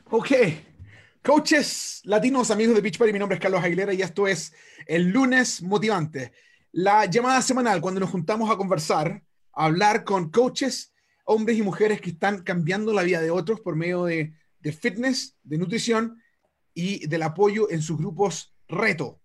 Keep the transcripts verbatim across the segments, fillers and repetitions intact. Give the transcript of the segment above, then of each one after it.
Ok, coaches latinos, amigos de Beach Party, mi nombre es Carlos Aguilera y esto es el lunes motivante, la llamada semanal cuando nos juntamos a conversar, a hablar con coaches, hombres y mujeres que están cambiando la vida de otros por medio de, de fitness, de nutrición y del apoyo en sus grupos reto.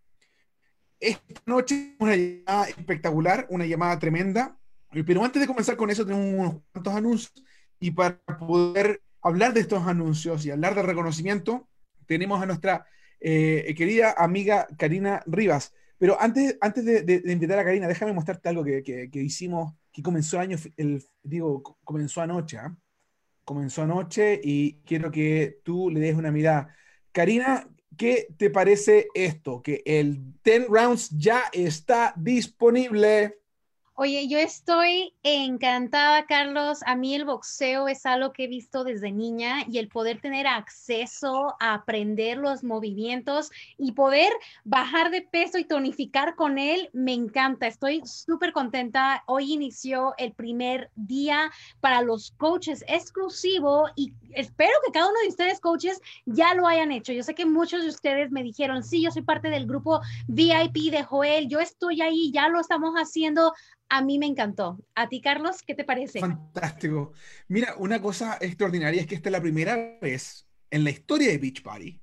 Esta noche una llamada espectacular, una llamada tremenda, pero antes de comenzar con eso tenemos unos cuantos anuncios y para poder hablar de estos anuncios y hablar del reconocimiento, tenemos a nuestra eh, querida amiga Karina Rivas. Pero antes, antes de, de, de invitar a Karina, déjame mostrarte algo que, que, que hicimos, que comenzó año, el, digo, comenzó anoche, ¿eh? Comenzó anoche y quiero que tú le des una mirada. Karina, ¿qué te parece esto? Que el diez rounds ya está disponible. Oye, yo estoy encantada, Carlos. A mí el boxeo es algo que he visto desde niña y el poder tener acceso a aprender los movimientos y poder bajar de peso y tonificar con él, me encanta. Estoy súper contenta. Hoy inició el primer día para los coaches exclusivo y espero que cada uno de ustedes, coaches, ya lo hayan hecho. Yo sé que muchos de ustedes me dijeron, sí, yo soy parte del grupo V I P de Joel, yo estoy ahí, ya lo estamos haciendo. A mí me encantó. ¿A ti, Carlos, qué te parece? Fantástico. Mira, una cosa extraordinaria es que esta es la primera vez en la historia de Beach Party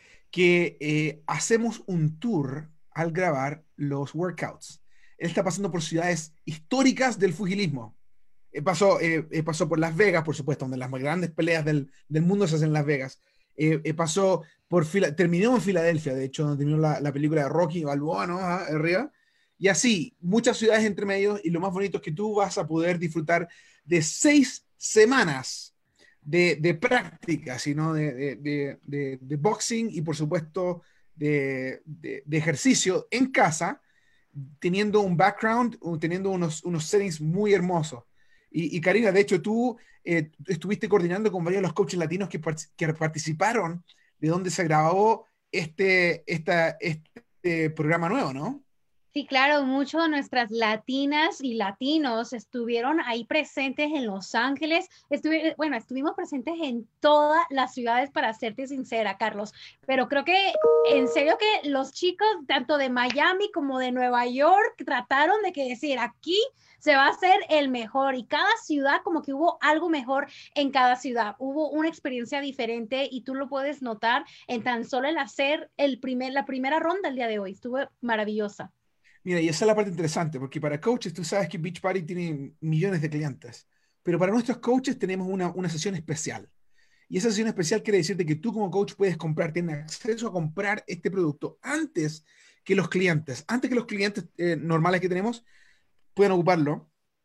que eh, hacemos un tour al grabar los workouts. Él está pasando por ciudades históricas del pugilismo. Eh, pasó, eh, eh, pasó por Las Vegas, por supuesto, donde las más grandes peleas del, del mundo se hacen en Las Vegas. Eh, eh, pasó por Fila terminó en Filadelfia, de hecho, donde terminó la, la película de Rocky Balboa, ¿no? Ah, arriba. Y así, muchas ciudades entre medio, y lo más bonito es que tú vas a poder disfrutar de seis semanas de, de práctica, sino de, de, de, de, de boxing y, por supuesto, de, de, de ejercicio en casa, teniendo un background, teniendo unos, unos settings muy hermosos. Y, y Karina, de hecho, tú eh, estuviste coordinando con varios de los coaches latinos que, que participaron de donde se grabó este, esta, este programa nuevo, ¿no? Sí, claro, muchos de nuestras latinas y latinos estuvieron ahí presentes en Los Ángeles. Estuve, bueno, estuvimos presentes en todas las ciudades, para serte sincera, Carlos. Pero creo que, en serio, que los chicos, tanto de Miami como de Nueva York, trataron de que decir, aquí se va a hacer el mejor. Y cada ciudad, como que hubo algo mejor en cada ciudad. Hubo una experiencia diferente y tú lo puedes notar en tan solo el hacer el primer, la primera ronda el día de hoy. Estuvo maravillosa. Mira, y esa es la parte interesante, porque para coaches tú sabes que Beach Party tiene millones de clientes, pero para nuestros coaches tenemos una, una sesión especial. Y esa sesión especial quiere decirte que tú como coach puedes comprar, tienes acceso a comprar este producto antes que los clientes, antes que los clientes eh, normales que tenemos puedan ocuparlo.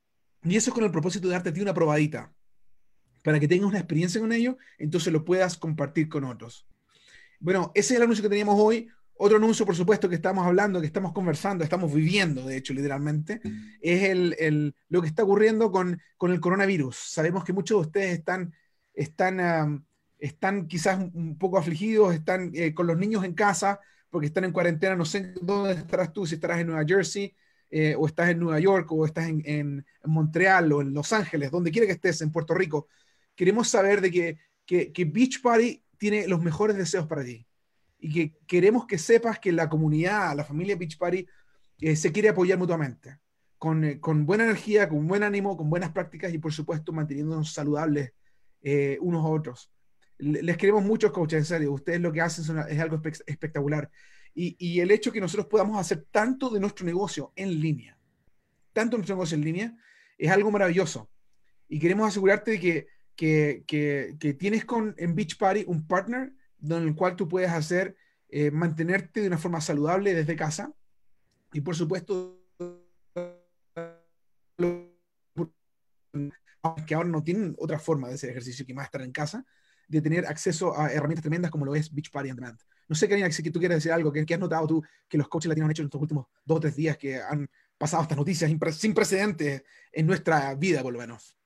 Y eso es con el propósito de darte a ti una probadita, para que tengas una experiencia con ello, entonces lo puedas compartir con otros. Bueno, ese es el anuncio que teníamos hoy. Otro anuncio, por supuesto, que estamos hablando, que estamos conversando, estamos viviendo, de hecho, literalmente, es el, el, lo que está ocurriendo con, con el coronavirus. Sabemos que muchos de ustedes están, están, um, están quizás un poco afligidos, están eh, con los niños en casa, porque están en cuarentena. No sé dónde estarás tú, si estarás en Nueva Jersey, eh, o estás en Nueva York, o estás en, en, en Montreal, o en Los Ángeles, donde quiera que estés, en Puerto Rico. Queremos saber de que, que, que Beach Party tiene los mejores deseos para ti y que queremos que sepas que la comunidad, la familia Beach Party, eh, se quiere apoyar mutuamente, con, eh, con, buena energía, con buen ánimo, con buenas prácticas y por supuesto manteniéndonos saludables eh, unos a otros. Les queremos mucho, coaches, en serio. Ustedes lo que hacen es, una, es algo espe espectacular. Y, y el hecho que nosotros podamos hacer tanto de nuestro negocio en línea, tanto de nuestro negocio en línea, es algo maravilloso. Y queremos asegurarte de que, que, que, que tienes con, en Beach Party un partner en el cual tú puedes hacer, eh, mantenerte de una forma saludable desde casa. Y por supuesto, que ahora no tienen otra forma de hacer ejercicio que más estar en casa, de tener acceso a herramientas tremendas como lo es Beach Party on Demand. No sé, Karina, si tú quieres decir algo, que, que has notado tú que los coaches latinos han hecho en estos últimos dos o tres días que han pasado estas noticias sin precedentes en nuestra vida, por lo menos.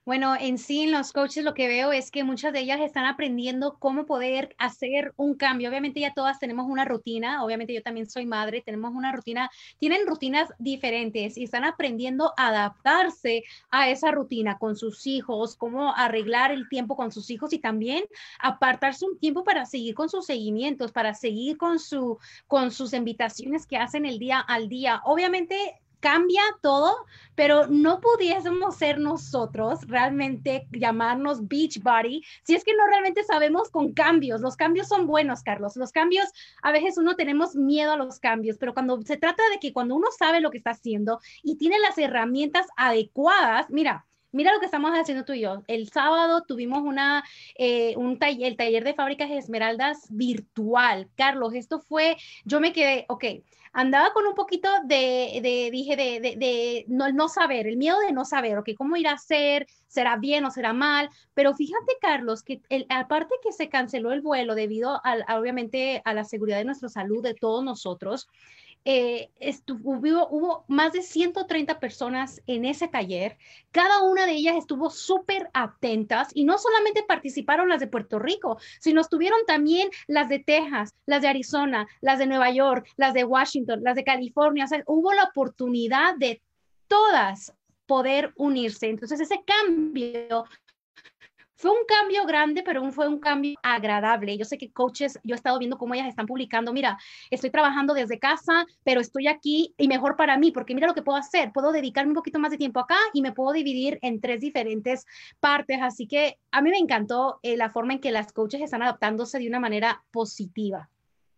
Bueno, en sí, en los coaches lo que veo es que muchas de ellas están aprendiendo cómo poder hacer un cambio. Obviamente ya todas tenemos una rutina, obviamente yo también soy madre, tenemos una rutina, tienen rutinas diferentes y están aprendiendo a adaptarse a esa rutina con sus hijos, cómo arreglar el tiempo con sus hijos y también apartarse un tiempo para seguir con sus seguimientos, para seguir con, su, con sus invitaciones que hacen el día al día. Obviamente cambia todo, pero no pudiésemos ser nosotros realmente llamarnos Beachbody si es que no realmente sabemos con cambios. Los cambios son buenos, Carlos. Los cambios, a veces uno tenemos miedo a los cambios, pero cuando se trata de que cuando uno sabe lo que está haciendo y tiene las herramientas adecuadas, mira, Mira lo que estamos haciendo tú y yo. El sábado tuvimos una, eh, un taller, el taller de fábricas esmeraldas virtual. Carlos, esto fue, yo me quedé, ok, andaba con un poquito de, de dije, de, de, de no, no saber, el miedo de no saber, ok, cómo ir a hacer, será bien o será mal, pero fíjate, Carlos, que el, aparte que se canceló el vuelo debido a, a, obviamente a la seguridad de nuestra salud, de todos nosotros, eh, estuvo, hubo, hubo más de ciento treinta personas en ese taller. Cada una de ellas estuvo súper atentas y no solamente participaron las de Puerto Rico, sino estuvieron también las de Texas, las de Arizona, las de Nueva York, las de Washington, las de California. O sea, hubo la oportunidad de todas poder unirse. Entonces, ese cambio fue un cambio grande, pero un, fue un cambio agradable. Yo sé que coaches, yo he estado viendo cómo ellas están publicando, mira, estoy trabajando desde casa, pero estoy aquí y mejor para mí, porque mira lo que puedo hacer, puedo dedicarme un poquito más de tiempo acá y me puedo dividir en tres diferentes partes. Así que a mí me encantó eh, la forma en que las coaches están adaptándose de una manera positiva.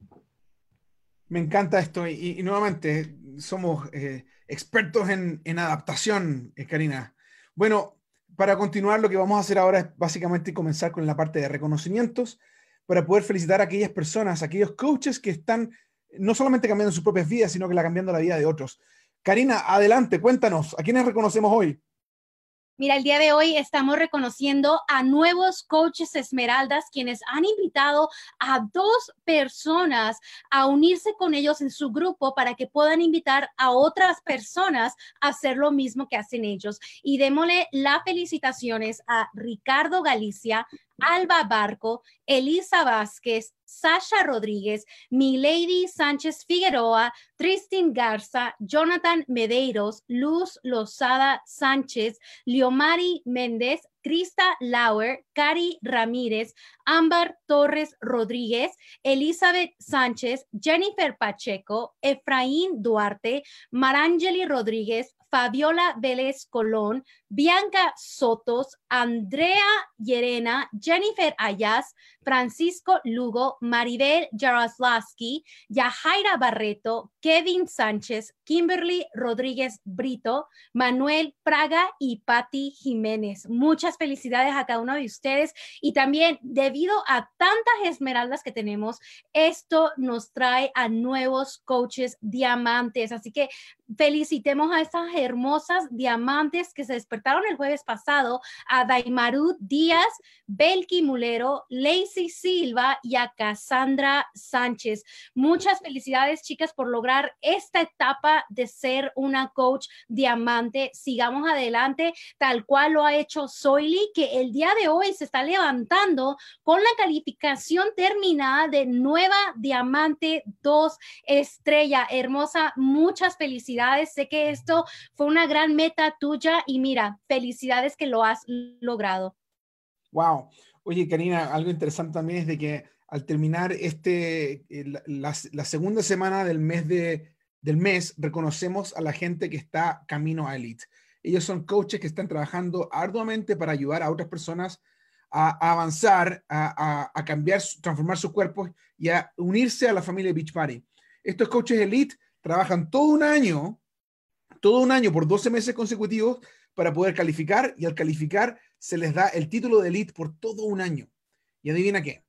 Me encanta esto y, y nuevamente somos eh, expertos en, en adaptación, eh, Karina. Bueno, para continuar, lo que vamos a hacer ahora es básicamente comenzar con la parte de reconocimientos para poder felicitar a aquellas personas, a aquellos coaches que están no solamente cambiando sus propias vidas, sino que la cambiando la vida de otros. Karina, adelante, cuéntanos, ¿a quiénes reconocemos hoy? Mira, el día de hoy estamos reconociendo a nuevos coaches esmeraldas quienes han invitado a dos personas a unirse con ellos en su grupo para que puedan invitar a otras personas a hacer lo mismo que hacen ellos. Y démosle las felicitaciones a Ricardo Galicia, Alba Barco, Elisa Vázquez, Sasha Rodríguez, Milady Sánchez Figueroa, Tristin Garza, Jonathan Medeiros, Luz Lozada Sánchez, Liomari Méndez, Krista Lauer, Cari Ramírez, Ámbar Torres Rodríguez, Elizabeth Sánchez, Jennifer Pacheco, Efraín Duarte, Marangeli Rodríguez, Fabiola Vélez Colón, Bianca Sotos, Andrea Llerena, Jennifer Ayaz, Francisco Lugo, Maribel Jaroslawski, Yajaira Barreto, Kevin Sánchez, Kimberly Rodríguez Brito, Manuel Praga y Patti Jiménez. Muchas felicidades a cada uno de ustedes y también debido a tantas esmeraldas que tenemos, esto nos trae a nuevos coaches diamantes. Así que felicitemos a estas hermosas diamantes que se despertaron el jueves pasado, a Daimaru Díaz, Belki Mulero, Lacey Silva y a Cassandra Sánchez. Muchas felicidades, chicas, por lograr esta etapa de ser una coach diamante. Sigamos adelante, tal cual lo ha hecho Zoili, que el día de hoy se está levantando con la calificación terminada de nueva diamante dos estrella. Hermosa, muchas felicidades. Sé que esto fue una gran meta tuya y mira, felicidades que lo has logrado. Wow. Oye, Karina, algo interesante también es de que al terminar este, eh, la, la, la segunda semana del mes, de, del mes, reconocemos a la gente que está camino a Elite. Ellos son coaches que están trabajando arduamente para ayudar a otras personas a, a avanzar, a, a, a cambiar, transformar sus cuerpos y a unirse a la familia Beachbody. Estos coaches Elite trabajan todo un año, todo un año por doce meses consecutivos para poder calificar, y al calificar se les da el título de Elite por todo un año. Y adivina qué,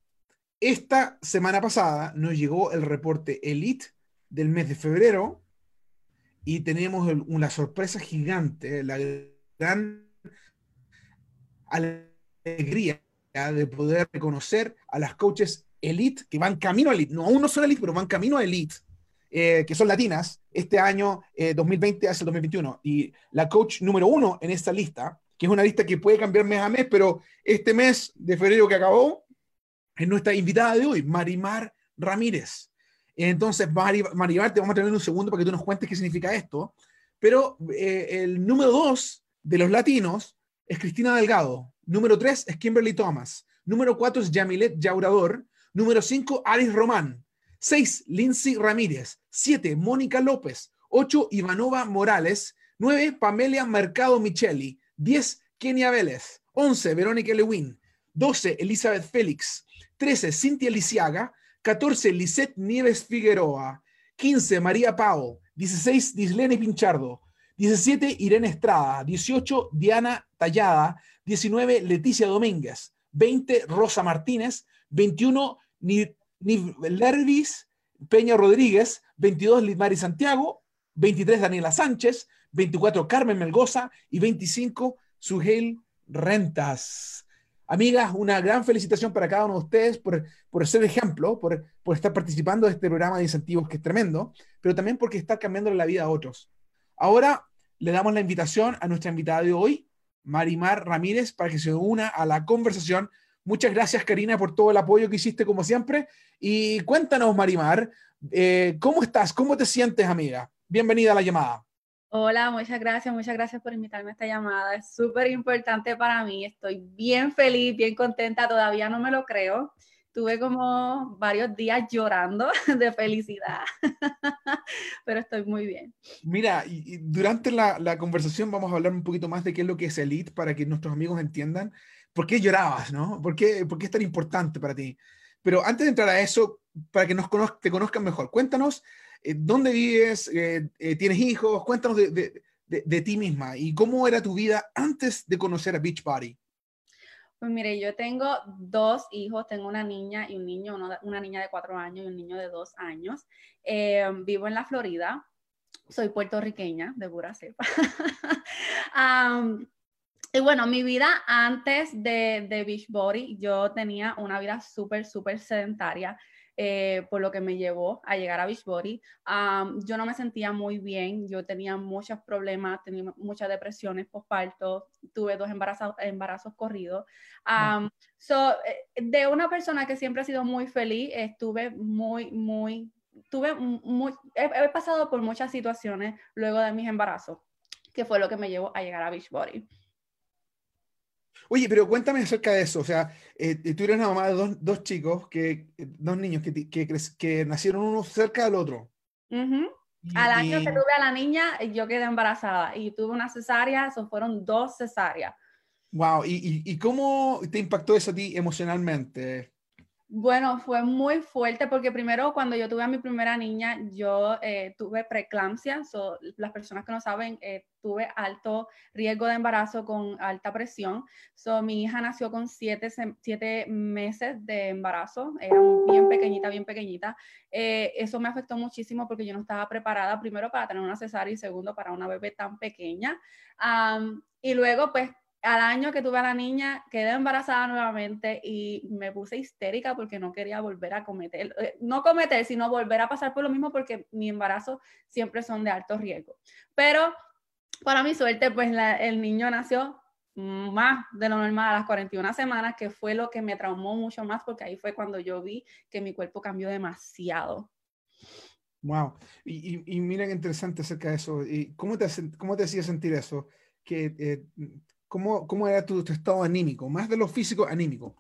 esta semana pasada nos llegó el reporte Elite del mes de febrero y tenemos el, una sorpresa gigante, la gran alegría de poder reconocer a las coaches Elite que van camino a Elite, no, aún no son Elite, pero van camino a Elite, eh, que son latinas, este año eh, dos mil veinte hacia el dos mil veintiuno. Y la coach número uno en esta lista, que es una lista que puede cambiar mes a mes, pero este mes de febrero que acabó, es nuestra invitada de hoy, Marimar Ramírez. Entonces, Mari, Marimar, te vamos a tener un segundo para que tú nos cuentes qué significa esto, pero eh, el número dos de los latinos es Cristina Delgado, número tres es Kimberly Thomas, número cuatro es Yamilet Yaurador, número cinco, Aris Román, seis, Lindsay Ramírez, siete, Mónica López, ocho, Ivanova Morales, nueve, Pamelia Mercado Micheli, diez, Kenia Vélez, once, Verónica Lewin, doce, Elizabeth Félix, trece, Cintia Lisiaga, catorce, Lisette Nieves Figueroa, quince, María Pao, dieciséis, Dislene Pinchardo, diecisiete, Irene Estrada, dieciocho, Diana Tallada, diecinueve, Leticia Domínguez, veinte, Rosa Martínez, veintiuno, Lervis Peña Rodríguez, veintidós, Lidmari Santiago, veintitrés, Daniela Sánchez, veinticuatro, Carmen Melgoza y veinticinco, Suheil Rentas. Amigas, una gran felicitación para cada uno de ustedes por, por ser ejemplo, por, por estar participando de este programa de incentivos que es tremendo, pero también porque está cambiando la vida a otros. Ahora le damos la invitación a nuestra invitada de hoy, Marimar Ramírez, para que se una a la conversación. Muchas gracias, Karina, por todo el apoyo que hiciste como siempre. Y cuéntanos, Marimar, eh, ¿cómo estás? ¿Cómo te sientes, amiga? Bienvenida a la llamada. Hola, muchas gracias, muchas gracias por invitarme a esta llamada. Es súper importante para mí. Estoy bien feliz, bien contenta. Todavía no me lo creo. Tuve como varios días llorando de felicidad, pero estoy muy bien. Mira, y, y durante la, la conversación vamos a hablar un poquito más de qué es lo que es Elite para que nuestros amigos entiendan por qué llorabas, ¿no? ¿Por qué, por qué es tan importante para ti? Pero antes de entrar a eso, para que nos conoz te conozcan mejor, cuéntanos eh, dónde vives, eh, eh, tienes hijos, cuéntanos de, de, de, de ti misma y cómo era tu vida antes de conocer a Beachbody. Pues mire, yo tengo dos hijos, tengo una niña y un niño, una, una niña de cuatro años y un niño de dos años. Eh, vivo en la Florida, soy puertorriqueña, de pura cepa. um, y bueno, mi vida antes de, de Beachbody, yo tenía una vida súper, súper sedentaria. Eh, por lo que me llevó a llegar a Beachbody. Um, yo no me sentía muy bien, yo tenía muchos problemas, tenía muchas depresiones postparto, tuve dos embarazos, embarazos corridos. Um, so, de una persona que siempre ha sido muy feliz, estuve muy, muy, tuve muy, he, he pasado por muchas situaciones luego de mis embarazos, que fue lo que me llevó a llegar a Beachbody. Oye, pero cuéntame acerca de eso. O sea, eh, tú eres una mamá de dos, dos chicos, que, dos niños que, que, que nacieron uno cerca del otro. Uh-huh. Y, Al año y... que tuve a la niña, yo quedé embarazada y tuve una cesárea, eso fueron dos cesáreas. Wow, ¿Y, y, y cómo te impactó eso a ti emocionalmente? Bueno, fue muy fuerte porque primero cuando yo tuve a mi primera niña, yo eh, tuve preeclampsia. So, las personas que no saben, eh, tuve alto riesgo de embarazo con alta presión. So, mi hija nació con siete, siete meses de embarazo, era bien pequeñita, bien pequeñita. Eh, eso me afectó muchísimo porque yo no estaba preparada, primero para tener una cesárea y segundo para una bebé tan pequeña. Um, y luego pues al año que tuve a la niña, quedé embarazada nuevamente y me puse histérica porque no quería volver a cometer, no cometer, sino volver a pasar por lo mismo porque mi embarazo siempre son de alto riesgo. Pero para mi suerte, pues la, el niño nació más de lo normal a las cuarenta y una semanas, que fue lo que me traumó mucho más porque ahí fue cuando yo vi que mi cuerpo cambió demasiado. Wow. Y, y, y mira qué interesante acerca de eso. ¿Y cómo te, cómo te hacía sentir eso? Que... Eh, ¿Cómo, ¿Cómo era tu, tu estado anímico? Más de lo físico, anímico.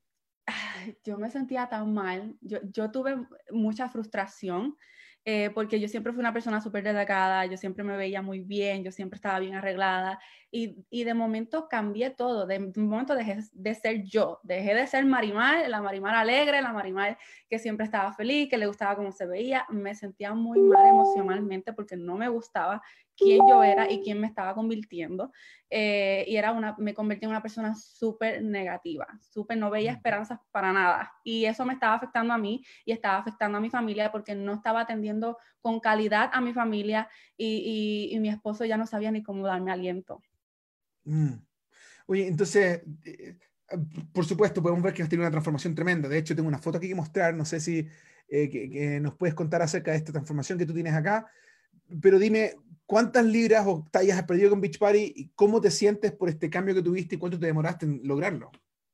Yo me sentía tan mal. Yo, yo tuve mucha frustración eh, porque yo siempre fui una persona súper delgada, yo siempre me veía muy bien, yo siempre estaba bien arreglada y, y de momento cambié todo. De, de momento dejé de ser yo. Dejé de ser Marimar, la Marimar alegre, la Marimar que siempre estaba feliz, que le gustaba cómo se veía. Me sentía muy mal emocionalmente porque no me gustaba quién yo era y quién me estaba convirtiendo. Eh, y era una, me convertí en una persona súper negativa, súper no veía esperanzas para nada. Y eso me estaba afectando a mí y estaba afectando a mi familia porque no estaba atendiendo con calidad a mi familia y, y, y mi esposo ya no sabía ni cómo darme aliento. Mm. Oye, entonces, eh, por supuesto, podemos ver que has tenido una transformación tremenda. De hecho, tengo una foto aquí que mostrar. No sé si eh, que, que nos puedes contar acerca de esta transformación que tú tienes acá. Pero dime, ¿cuántas libras o tallas has perdido con Beachbody y cómo te sientes por este cambio que tuviste y cuánto te demoraste en lograrlo?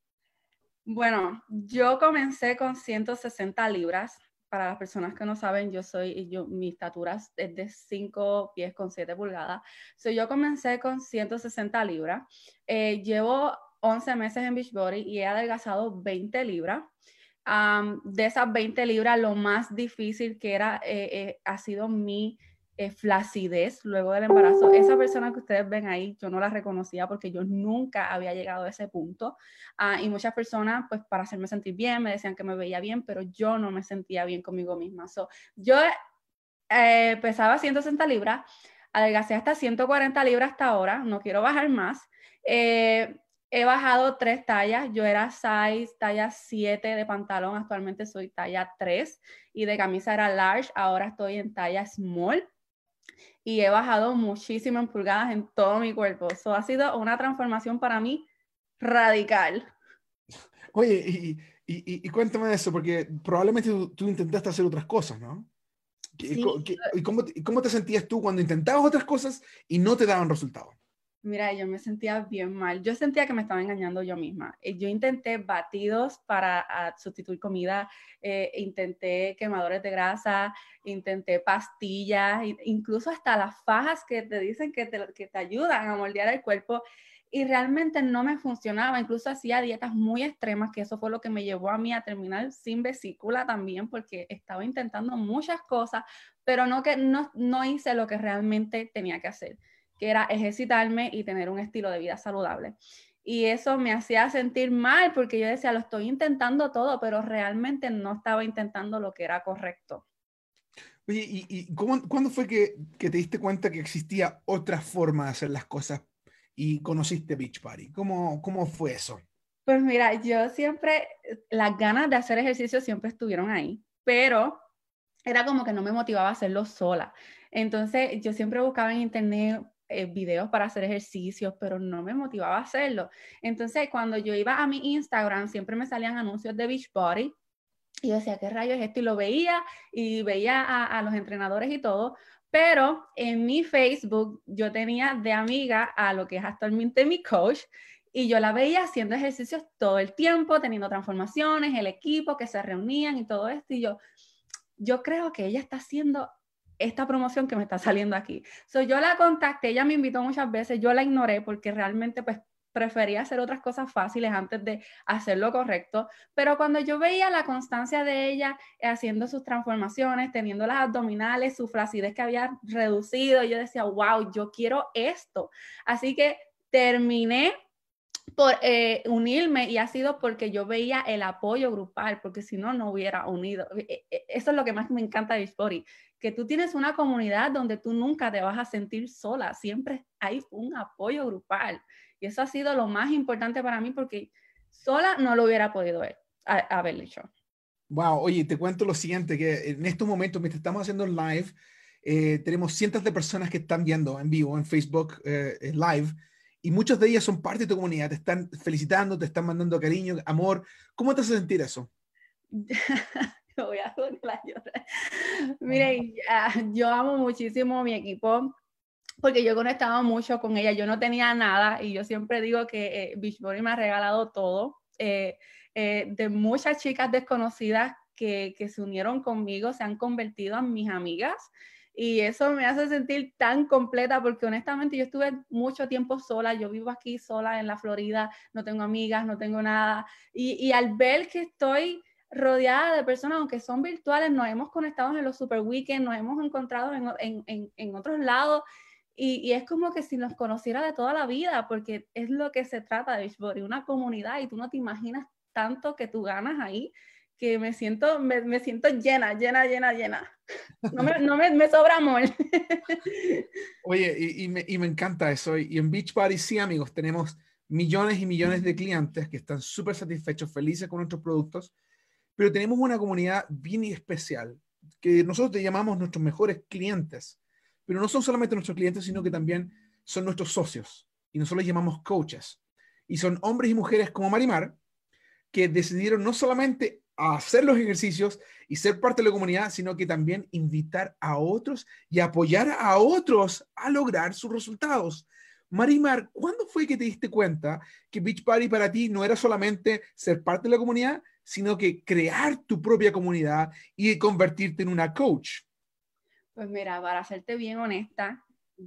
Bueno, yo comencé con ciento sesenta libras. Para las personas que no saben, yo soy, yo, mi estatura es de cinco pies con siete pulgadas. So, yo comencé con ciento sesenta libras. Eh, llevo once meses en Beachbody y he adelgazado veinte libras. Um, de esas veinte libras, lo más difícil que era eh, eh, ha sido mi eh, flacidez luego del embarazo. Esa persona que ustedes ven ahí, yo no la reconocía porque yo nunca había llegado a ese punto. Uh, y muchas personas, pues para hacerme sentir bien, me decían que me veía bien, pero yo no me sentía bien conmigo misma. So, yo eh, pesaba ciento sesenta libras, adelgacé hasta ciento cuarenta libras hasta ahora, no quiero bajar más. Eh, He bajado tres tallas. Yo era size talla siete de pantalón, actualmente soy talla tres y de camisa era large, ahora estoy en talla small y he bajado muchísimo en pulgadas en todo mi cuerpo. Eso ha sido una transformación para mí radical. Oye, y, y, y cuéntame de eso, porque probablemente tú, tú intentaste hacer otras cosas, ¿no? ¿Y, Sí. y cómo, y cómo te sentías tú cuando intentabas otras cosas y no te daban resultados? Mira, yo me sentía bien mal. Yo sentía que me estaba engañando yo misma. Yo intenté batidos para sustituir comida, eh, intenté quemadores de grasa, intenté pastillas, incluso hasta las fajas que te dicen que te, que te ayudan a moldear el cuerpo y realmente no me funcionaba. Incluso hacía dietas muy extremas, que eso fue lo que me llevó a mí a terminar sin vesícula también, porque estaba intentando muchas cosas, pero no, que, no, no hice lo que realmente tenía que hacer, que era ejercitarme y tener un estilo de vida saludable. Y eso me hacía sentir mal porque yo decía, lo estoy intentando todo, pero realmente no estaba intentando lo que era correcto. Oye, ¿y, y cómo, cuándo fue que, que te diste cuenta que existía otra forma de hacer las cosas y conociste Beachbody? ¿Cómo, cómo fue eso? Pues mira, yo siempre, las ganas de hacer ejercicio siempre estuvieron ahí, pero era como que no me motivaba a hacerlo sola. Entonces yo siempre buscaba en internet eh, videos para hacer ejercicios, pero no me motivaba a hacerlo. Entonces cuando yo iba a mi Instagram siempre me salían anuncios de Beachbody y yo decía, ¿qué rayos es esto? Y lo veía y veía a, a los entrenadores y todo, pero en mi Facebook yo tenía de amiga a lo que es actualmente mi coach y yo la veía haciendo ejercicios todo el tiempo, teniendo transformaciones, el equipo que se reunían y todo esto y yo, yo creo que ella está haciendo esta promoción que me está saliendo aquí. So, yo la contacté, ella me invitó muchas veces, yo la ignoré porque realmente pues prefería hacer otras cosas fáciles antes de hacer lo correcto, pero cuando yo veía la constancia de ella haciendo sus transformaciones, teniendo las abdominales, su flacidez que había reducido, yo decía, wow, yo quiero esto. Así que terminé por eh, unirme y ha sido porque yo veía el apoyo grupal, porque si no, no hubiera unido. Eso es lo que más me encanta de Beachbody, que tú tienes una comunidad donde tú nunca te vas a sentir sola, siempre hay un apoyo grupal. Y eso ha sido lo más importante para mí porque sola no lo hubiera podido ver, a, haber hecho. Wow, oye, te cuento lo siguiente, que en estos momentos, mientras estamos haciendo el live, eh, tenemos cientos de personas que están viendo en vivo en Facebook eh, Live, y muchas de ellas son parte de tu comunidad, te están felicitando, te están mandando cariño, amor. ¿Cómo te hace sentir eso? Voy a la llorar. Mire, yo amo muchísimo a mi equipo porque yo conectaba mucho con ella. Yo no tenía nada y yo siempre digo que eh, Beachbody me ha regalado todo. Eh, eh, de muchas chicas desconocidas que, que se unieron conmigo, se han convertido en mis amigas. Y eso me hace sentir tan completa porque honestamente yo estuve mucho tiempo sola, yo vivo aquí sola en la Florida, no tengo amigas, no tengo nada. Y, y al ver que estoy rodeada de personas, aunque son virtuales, nos hemos conectado en los super weekends, nos hemos encontrado en, en, en, en otros lados y, y es como que si nos conociera de toda la vida, porque es lo que se trata de Beachbody, una comunidad y tú no te imaginas tanto que tú ganas ahí, que me siento, me, me siento llena, llena, llena, llena. No me, no me, me sobra amor. Oye, y, y, me, y me encanta eso. Y en Beachbody sí, amigos, tenemos millones y millones de clientes que están súper satisfechos, felices con nuestros productos, pero tenemos una comunidad bien especial que nosotros te llamamos nuestros mejores clientes, pero no son solamente nuestros clientes, sino que también son nuestros socios y nosotros les llamamos coaches. Y son hombres y mujeres como Marimar que decidieron no solamente a hacer los ejercicios y ser parte de la comunidad, sino que también invitar a otros y apoyar a otros a lograr sus resultados. Marimar, ¿cuándo fue que te diste cuenta que Beachbody para ti no era solamente ser parte de la comunidad, sino que crear tu propia comunidad y convertirte en una coach? Pues mira, para serte bien honesta,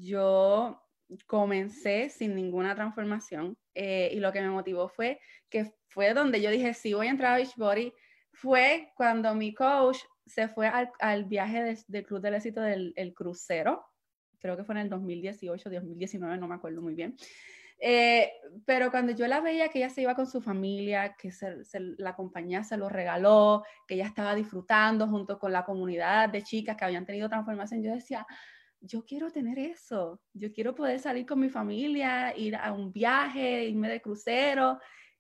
yo comencé sin ninguna transformación eh, y lo que me motivó fue que fue donde yo dije, sí, voy a entrar a Beachbody, fue cuando mi coach se fue al, al viaje de, del Club del Éxito del el crucero, creo que fue en el dos mil dieciocho, dos mil diecinueve, no me acuerdo muy bien. Eh, pero cuando yo la veía que ella se iba con su familia, que se, se, la compañía se lo regaló, que ella estaba disfrutando junto con la comunidad de chicas que habían tenido transformación, yo decía, yo quiero tener eso, yo quiero poder salir con mi familia, ir a un viaje, irme de crucero.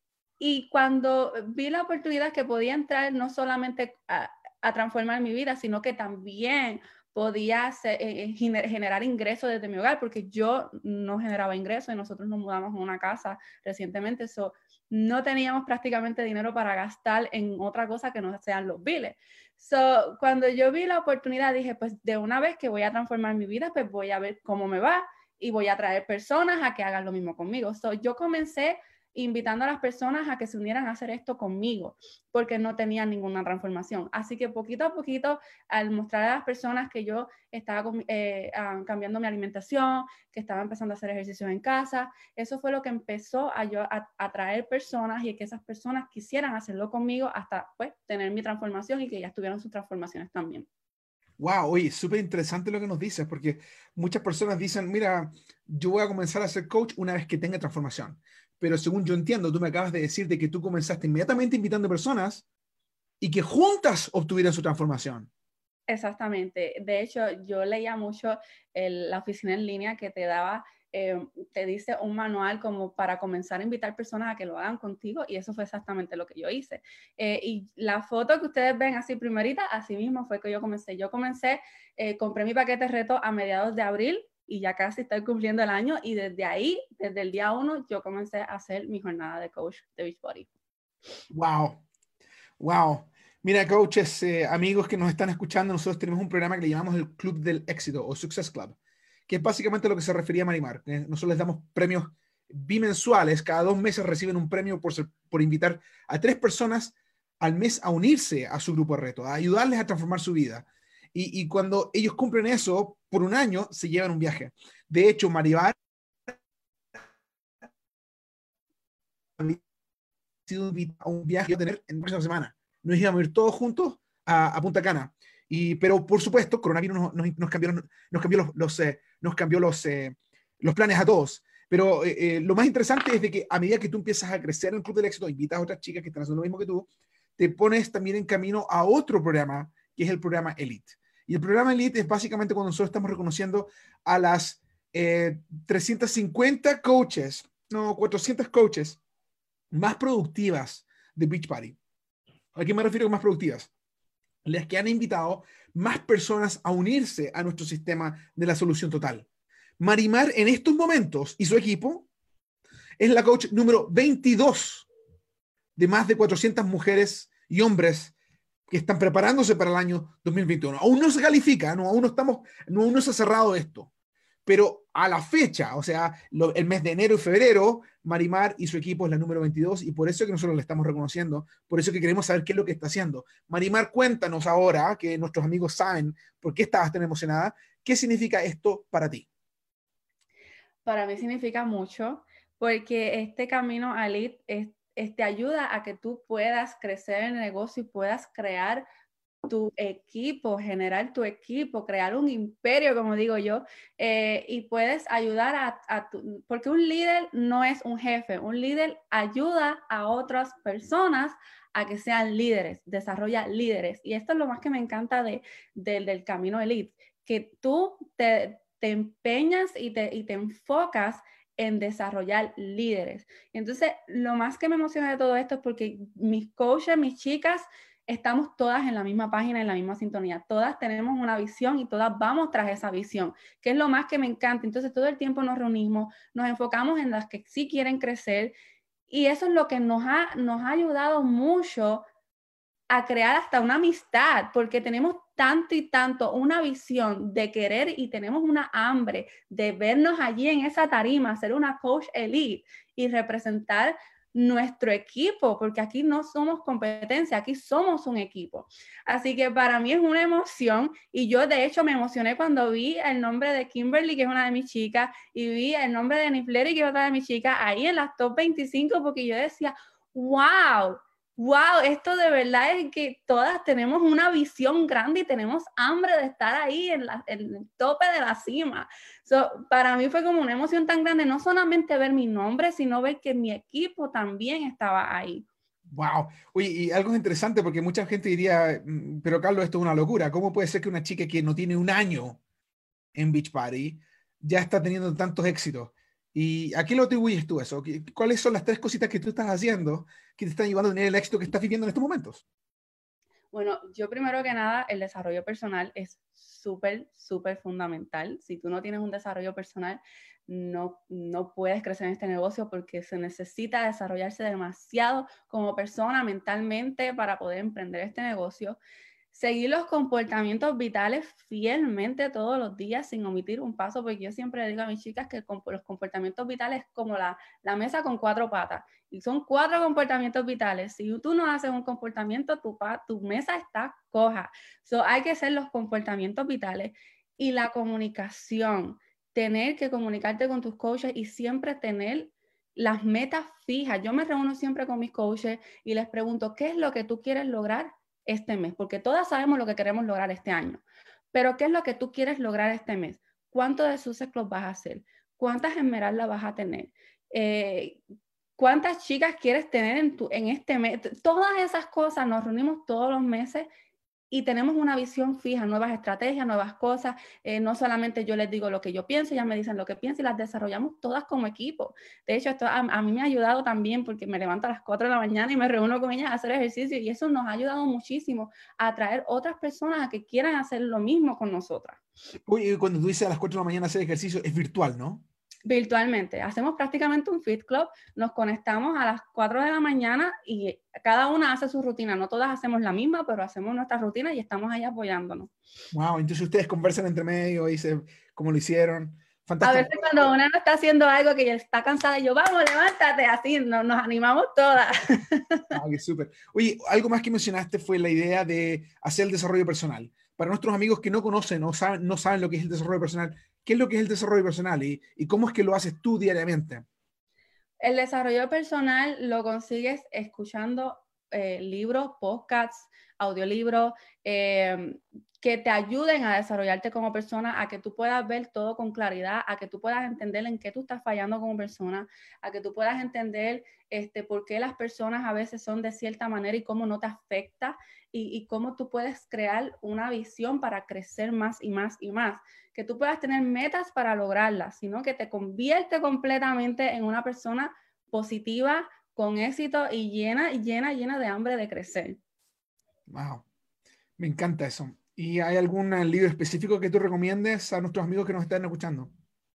Y cuando vi la oportunidad que podía entrar no solamente a, a transformar mi vida, sino que también podía ser, eh, generar ingresos desde mi hogar, porque yo no generaba ingresos y nosotros nos mudamos a una casa recientemente, so, no teníamos prácticamente dinero para gastar en otra cosa que no sean los biles. So, cuando yo vi la oportunidad, dije, pues de una vez que voy a transformar mi vida, pues voy a ver cómo me va y voy a traer personas a que hagan lo mismo conmigo. So, yo comencé invitando a las personas a que se unieran a hacer esto conmigo, porque no tenían ninguna transformación. Así que poquito a poquito, al mostrar a las personas que yo estaba eh, cambiando mi alimentación, que estaba empezando a hacer ejercicios en casa, eso fue lo que empezó a yo a atraer personas y que esas personas quisieran hacerlo conmigo hasta pues tener mi transformación y que ya tuvieran sus transformaciones también. Wow, oye, súper interesante lo que nos dices, porque muchas personas dicen, mira, yo voy a comenzar a ser coach una vez que tenga transformación. Pero según yo entiendo, tú me acabas de decir de que tú comenzaste inmediatamente invitando personas y que juntas obtuvieran su transformación. Exactamente. De hecho, yo leía mucho el, la oficina en línea que te daba, eh, te dice un manual como para comenzar a invitar personas a que lo hagan contigo y eso fue exactamente lo que yo hice. Eh, y la foto que ustedes ven así primerita, así mismo fue que yo comencé. Yo comencé, eh, compré mi paquete reto a mediados de abril y ya casi estoy cumpliendo el año y desde ahí, desde el día uno, yo comencé a hacer mi jornada de coach de Beachbody. Wow, wow. Mira, coaches, eh, amigos que nos están escuchando, nosotros tenemos un programa que le llamamos el Club del Éxito o Success Club, que es básicamente lo que se refería a Marimar. Eh, nosotros les damos premios bimensuales, cada dos meses reciben un premio por, ser, por invitar a tres personas al mes a unirse a su grupo de reto, a ayudarles a transformar su vida. Y, y cuando ellos cumplen eso, por un año, se llevan un viaje. De hecho, Marimar ha sido invitada a un viaje que va a tener en la próxima semana. Nos íbamos a ir todos juntos a, a Punta Cana. Y, pero por supuesto, coronavirus nos, nos, nos cambió, nos cambió, los, los, eh, nos cambió los, eh, los planes a todos. Pero eh, eh, lo más interesante es de que a medida que tú empiezas a crecer en el Club del Éxito, invitas a otras chicas que están haciendo lo mismo que tú, te pones también en camino a otro programa, que es el programa Elite. Y el programa Elite es básicamente cuando nosotros estamos reconociendo a las eh, trescientas cincuenta coaches, no, cuatrocientos coaches más productivas de Beachbody. ¿A qué me refiero con más productivas? Las que han invitado más personas a unirse a nuestro sistema de la solución total. Marimar en estos momentos y su equipo es la coach número veintidós de más de cuatrocientas mujeres y hombres que están preparándose para el año dos mil veintiuno. Aún no se califica, no, aún, no estamos, no, aún no se ha cerrado esto. Pero a la fecha, o sea, lo, el mes de enero y febrero, Marimar y su equipo es la número veintidós y por eso es que nosotros le estamos reconociendo, por eso es que queremos saber qué es lo que está haciendo. Marimar, cuéntanos ahora, que nuestros amigos saben por qué estabas tan emocionada, ¿qué significa esto para ti? Para mí significa mucho, porque este camino a Elite es, es, te ayuda a que tú puedas crecer en el negocio y puedas crear tu equipo, generar tu equipo, crear un imperio, como digo yo, eh, y puedes ayudar a, a tu, porque un líder no es un jefe, un líder ayuda a otras personas a que sean líderes, desarrolla líderes, y esto es lo más que me encanta de, de, del camino Elite, que tú te, te empeñas y te, y te enfocas en desarrollar líderes. Entonces, lo más que me emociona de todo esto es porque mis coaches, mis chicas, estamos todas en la misma página, en la misma sintonía. Todas tenemos una visión y todas vamos tras esa visión, que es lo más que me encanta. Entonces, todo el tiempo nos reunimos, nos enfocamos en las que sí quieren crecer y eso es lo que nos ha, nos ha ayudado mucho a crear hasta una amistad, porque tenemos tanto y tanto una visión de querer y tenemos una hambre de vernos allí en esa tarima, ser una coach elite y representar nuestro equipo, porque aquí no somos competencia, aquí somos un equipo. Así que para mí es una emoción y yo de hecho me emocioné cuando vi el nombre de Kimberly, que es una de mis chicas, y vi el nombre de Nifleri, que es otra de mis chicas, ahí en las top veinticinco, porque yo decía, wow, wow, esto de verdad es que todas tenemos una visión grande y tenemos hambre de estar ahí en, la, en el tope de la cima. So, para mí fue como una emoción tan grande, no solamente ver mi nombre, sino ver que mi equipo también estaba ahí. Wow. Oye, y algo interesante porque mucha gente diría, "Mm, pero Carlos, esto es una locura. ¿Cómo puede ser que una chica que no tiene un año en Beachbody ya está teniendo tantos éxitos? ¿Y a qué lo atribuyes tú eso? ¿Qué- ¿Cuáles son las tres cositas que tú estás haciendo que te están llevando a tener el éxito que estás viviendo en estos momentos? Bueno, yo primero que nada, el desarrollo personal es súper, súper fundamental. Si tú no tienes un desarrollo personal, no, no puedes crecer en este negocio porque se necesita desarrollarse demasiado como persona mentalmente para poder emprender este negocio. Seguir los comportamientos vitales fielmente todos los días sin omitir un paso, porque yo siempre le digo a mis chicas que los comportamientos vitales es como la, la mesa con cuatro patas. Y son cuatro comportamientos vitales. Si tú no haces un comportamiento, tu, tu mesa está coja. So, hay que hacer los comportamientos vitales y la comunicación. Tener que comunicarte con tus coaches y siempre tener las metas fijas. Yo me reúno siempre con mis coaches y les pregunto, ¿qué es lo que tú quieres lograr este mes? Porque todas sabemos lo que queremos lograr este año. Pero ¿qué es lo que tú quieres lograr este mes? ¿Cuánto de Sussex Club vas a hacer? ¿Cuántas esmeraldas vas a tener? Eh, ¿Cuántas chicas quieres tener en, tu, en este mes? Todas esas cosas nos reunimos todos los meses y tenemos una visión fija, nuevas estrategias, nuevas cosas. Eh, no solamente yo les digo lo que yo pienso, ellas me dicen lo que pienso y las desarrollamos todas como equipo. De hecho, esto a, a mí me ha ayudado también porque me levanto a las cuatro de la mañana y me reúno con ellas a hacer ejercicio y eso nos ha ayudado muchísimo a atraer otras personas a que quieran hacer lo mismo con nosotras. Oye, cuando tú dices a las cuatro de la mañana hacer ejercicio, es virtual, ¿no? Virtualmente. Hacemos prácticamente un Fit Club, nos conectamos a las cuatro de la mañana y cada una hace su rutina. No todas hacemos la misma, pero hacemos nuestra rutina y estamos ahí apoyándonos. Wow, entonces ustedes conversan entre medio y dicen cómo lo hicieron. A Fantástico. veces cuando una no está haciendo algo que ya está cansada, yo, vamos, levántate, así nos, nos animamos todas. Ah, qué súper. Oye, algo más que mencionaste fue la idea de hacer el desarrollo personal. Para nuestros amigos que no conocen o saben, no saben lo que es el desarrollo personal, ¿qué es lo que es el desarrollo personal y, y cómo es que lo haces tú diariamente? El desarrollo personal lo consigues escuchando eh, libros, podcasts, audiolibros, eh, que te ayuden a desarrollarte como persona, a que tú puedas ver todo con claridad, a que tú puedas entender en qué tú estás fallando como persona, a que tú puedas entender este, por qué las personas a veces son de cierta manera y cómo no te afecta y, y cómo tú puedes crear una visión para crecer más y más y más. Que tú puedas tener metas para lograrlas, sino que te convierte completamente en una persona positiva, con éxito y llena, llena, llena de hambre de crecer. Wow, me encanta eso. ¿Y hay algún libro específico que tú recomiendes a nuestros amigos que nos están escuchando?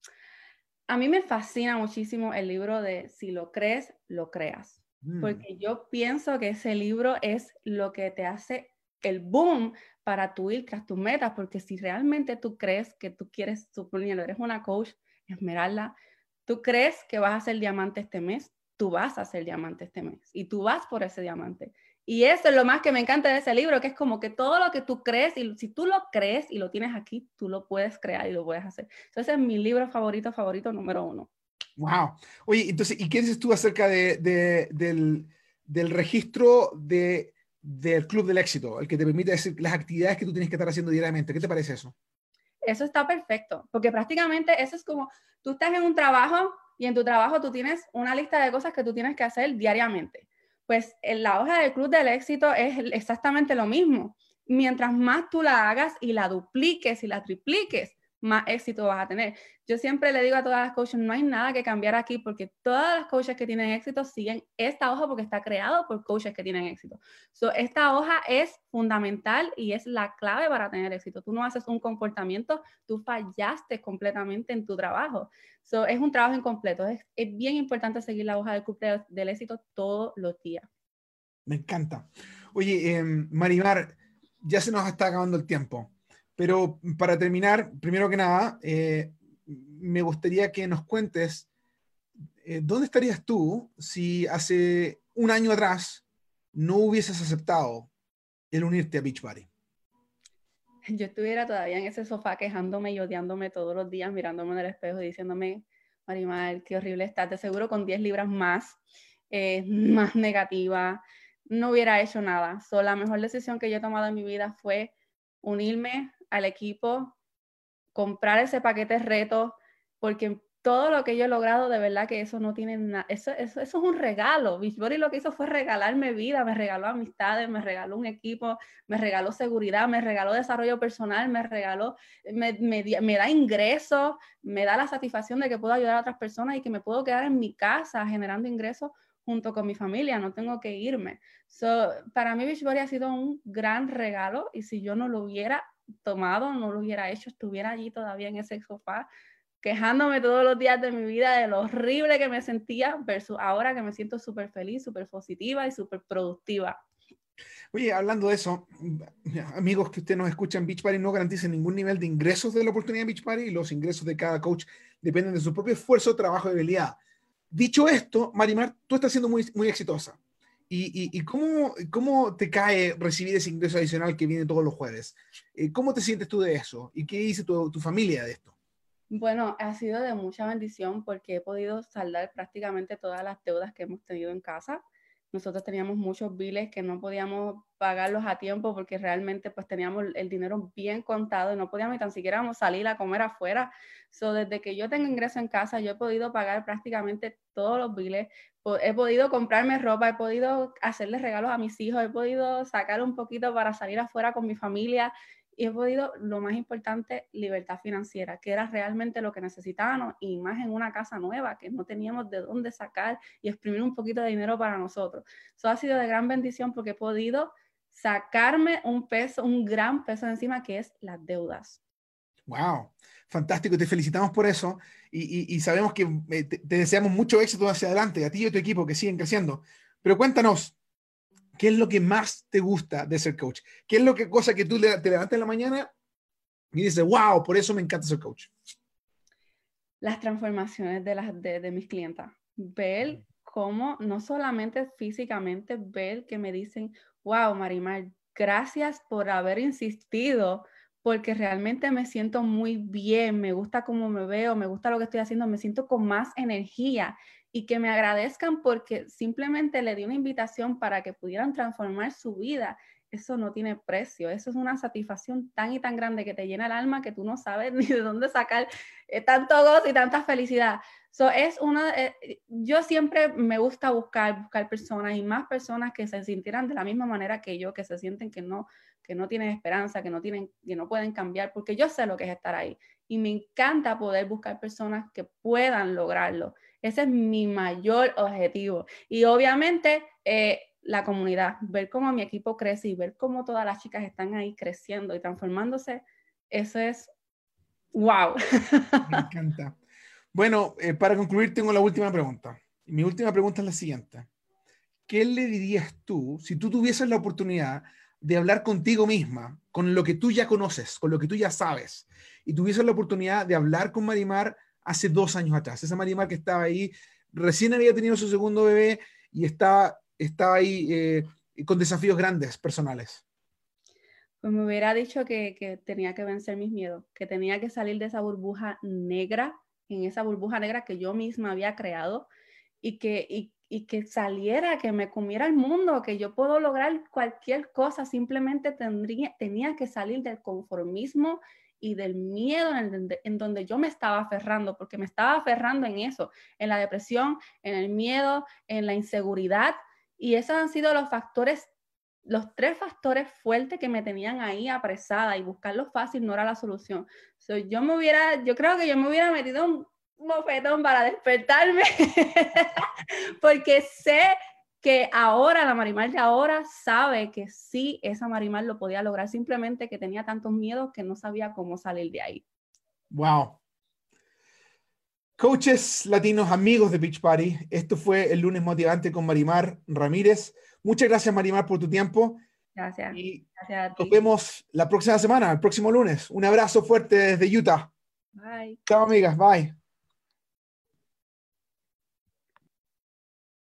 A mí me fascina muchísimo el libro de Si lo crees, lo creas, Mm, porque yo pienso que ese libro es lo que te hace el boom para tú ir tras tus metas, porque si realmente tú crees que tú quieres, suponiendo, eres una coach, Esmeralda, tú crees que vas a ser diamante este mes, tú vas a ser diamante este mes y tú vas por ese diamante. Y eso es lo más que me encanta de ese libro, que es como que todo lo que tú crees, y si tú lo crees y lo tienes aquí, tú lo puedes crear y lo puedes hacer. Entonces es mi libro favorito, favorito número uno. wow. Oye, entonces, ¿y qué dices tú acerca de, de- del, del registro de, del Club del Éxito, el que te permite decir las actividades que tú tienes que estar haciendo diariamente? ¿Qué te parece eso? Eso está perfecto, porque prácticamente eso es como, tú estás en un trabajo y en tu trabajo tú tienes una lista de cosas que tú tienes que hacer diariamente. Pues en la hoja del Club del Éxito es exactamente lo mismo. Mientras más tú la hagas y la dupliques y la tripliques, más éxito vas a tener. Yo siempre le digo a todas las coaches, no hay nada que cambiar aquí porque todas las coaches que tienen éxito siguen esta hoja porque está creado por coaches que tienen éxito. So, esta hoja es fundamental y es la clave para tener éxito. Tú no haces un comportamiento, tú fallaste completamente en tu trabajo. So, es un trabajo incompleto. Es, es bien importante seguir la hoja del, del éxito todos los días. Me encanta. Oye, eh, Marimar, ya se nos está acabando el tiempo, pero para terminar, primero que nada, eh, me gustaría que nos cuentes eh, ¿dónde estarías tú si hace un año atrás no hubieses aceptado el unirte a Beachbody? Yo estuviera todavía en ese sofá quejándome y odiándome todos los días, mirándome en el espejo y diciéndome, Marimar, qué horrible estás, de seguro con diez libras más, eh, más negativa, no hubiera hecho nada. So, la mejor decisión que yo he tomado en mi vida fue unirme al equipo, comprar ese paquete reto, porque todo lo que yo he logrado, de verdad que eso no tiene nada, eso, eso, eso es un regalo. Beachbody lo que hizo fue regalarme vida, me regaló amistades, me regaló un equipo, me regaló seguridad, me regaló desarrollo personal, me regaló, me, me, me da ingresos, me da la satisfacción de que puedo ayudar a otras personas y que me puedo quedar en mi casa generando ingresos junto con mi familia, no tengo que irme. So, para mí Beachbody ha sido un gran regalo y si yo no lo hubiera tomado, no lo hubiera hecho, estuviera allí todavía en ese sofá, quejándome todos los días de mi vida de lo horrible que me sentía versus ahora que me siento súper feliz, súper positiva y súper productiva. Oye, hablando de eso, amigos que ustedes nos escuchan, Beachbody no garantiza ningún nivel de ingresos de la oportunidad de Beachbody y los ingresos de cada coach dependen de su propio esfuerzo, trabajo y habilidad. Dicho esto, Marimar, tú estás siendo muy, muy exitosa. ¿Y, y, y cómo, cómo te cae recibir ese ingreso adicional que viene todos los jueves? ¿Cómo te sientes tú de eso? ¿Y qué dice tu, tu familia de esto? Bueno, ha sido de mucha bendición porque he podido saldar prácticamente todas las deudas que hemos tenido en casa. Nosotros teníamos muchos biles que no podíamos pagarlos a tiempo porque realmente pues teníamos el dinero bien contado y no podíamos ni tan siquiera salir a comer afuera. So, desde que yo tengo ingreso en casa, yo he podido pagar prácticamente todos los biles. He podido comprarme ropa, he podido hacerle regalos a mis hijos, he podido sacar un poquito para salir afuera con mi familia. Y he podido, lo más importante, libertad financiera, que era realmente lo que necesitábamos, y más en una casa nueva, que no teníamos de dónde sacar y exprimir un poquito de dinero para nosotros. Eso ha sido de gran bendición porque he podido sacarme un peso, un gran peso de encima, que es las deudas. ¡Wow! Fantástico, te felicitamos por eso y, y, y sabemos que te, te deseamos mucho éxito hacia adelante, a ti y a tu equipo, que siguen creciendo. Pero cuéntanos, ¿qué es lo que más te gusta de ser coach? ¿Qué es lo que cosa que tú te levantas en la mañana y dices, wow, por eso me encanta ser coach? Las transformaciones de, las, de, de mis clientas. Ver cómo, no solamente físicamente, ver que me dicen, wow, Marimar, gracias por haber insistido, porque realmente me siento muy bien, me gusta cómo me veo, me gusta lo que estoy haciendo, me siento con más energía. Y que me agradezcan porque simplemente le di una invitación para que pudieran transformar su vida. Eso no tiene precio, eso es una satisfacción tan y tan grande que te llena el alma que tú no sabes ni de dónde sacar eh, tanto gozo y tanta felicidad. So, es una, eh, yo siempre me gusta buscar, buscar personas y más personas que se sintieran de la misma manera que yo, que se sienten que no, que no tienen esperanza, que no, tienen, que no pueden cambiar, porque yo sé lo que es estar ahí. Y me encanta poder buscar personas que puedan lograrlo. Ese es mi mayor objetivo. Y obviamente eh, la comunidad, ver cómo mi equipo crece y ver cómo todas las chicas están ahí creciendo y transformándose, eso es wow. Me encanta. Bueno, eh, para concluir tengo la última pregunta. Mi última pregunta es la siguiente. ¿Qué le dirías tú si tú tuvieses la oportunidad de hablar contigo misma, con lo que tú ya conoces, con lo que tú ya sabes, y tuvieses la oportunidad de hablar con Marimar hace dos años atrás? Esa Marimar que estaba ahí, recién había tenido su segundo bebé y estaba, estaba ahí eh, con desafíos grandes personales. Pues me hubiera dicho que, que tenía que vencer mis miedos, que tenía que salir de esa burbuja negra, en esa burbuja negra que yo misma había creado, y que, y, y que saliera, que me comiera el mundo, que yo puedo lograr cualquier cosa, simplemente tendría, tenía que salir del conformismo y del miedo en, el, en donde yo me estaba aferrando, porque me estaba aferrando en eso, en la depresión, en el miedo, en la inseguridad, y esos han sido los factores, los tres factores fuertes que me tenían ahí apresada, y buscarlo fácil no era la solución. So, yo me hubiera, yo creo que yo me hubiera metido un bofetón para despertarme porque sé que ahora, la Marimar de ahora sabe que sí, esa Marimar lo podía lograr, simplemente que tenía tantos miedos que no sabía cómo salir de ahí. Wow. Coaches latinos, amigos de Beachbody, esto fue el lunes motivante con Marimar Ramírez. Muchas gracias, Marimar, por tu tiempo. Gracias. Y Gracias a nos ti. vemos la próxima semana, el próximo lunes. Un abrazo fuerte desde Utah. Bye. Chao, amigas. Bye.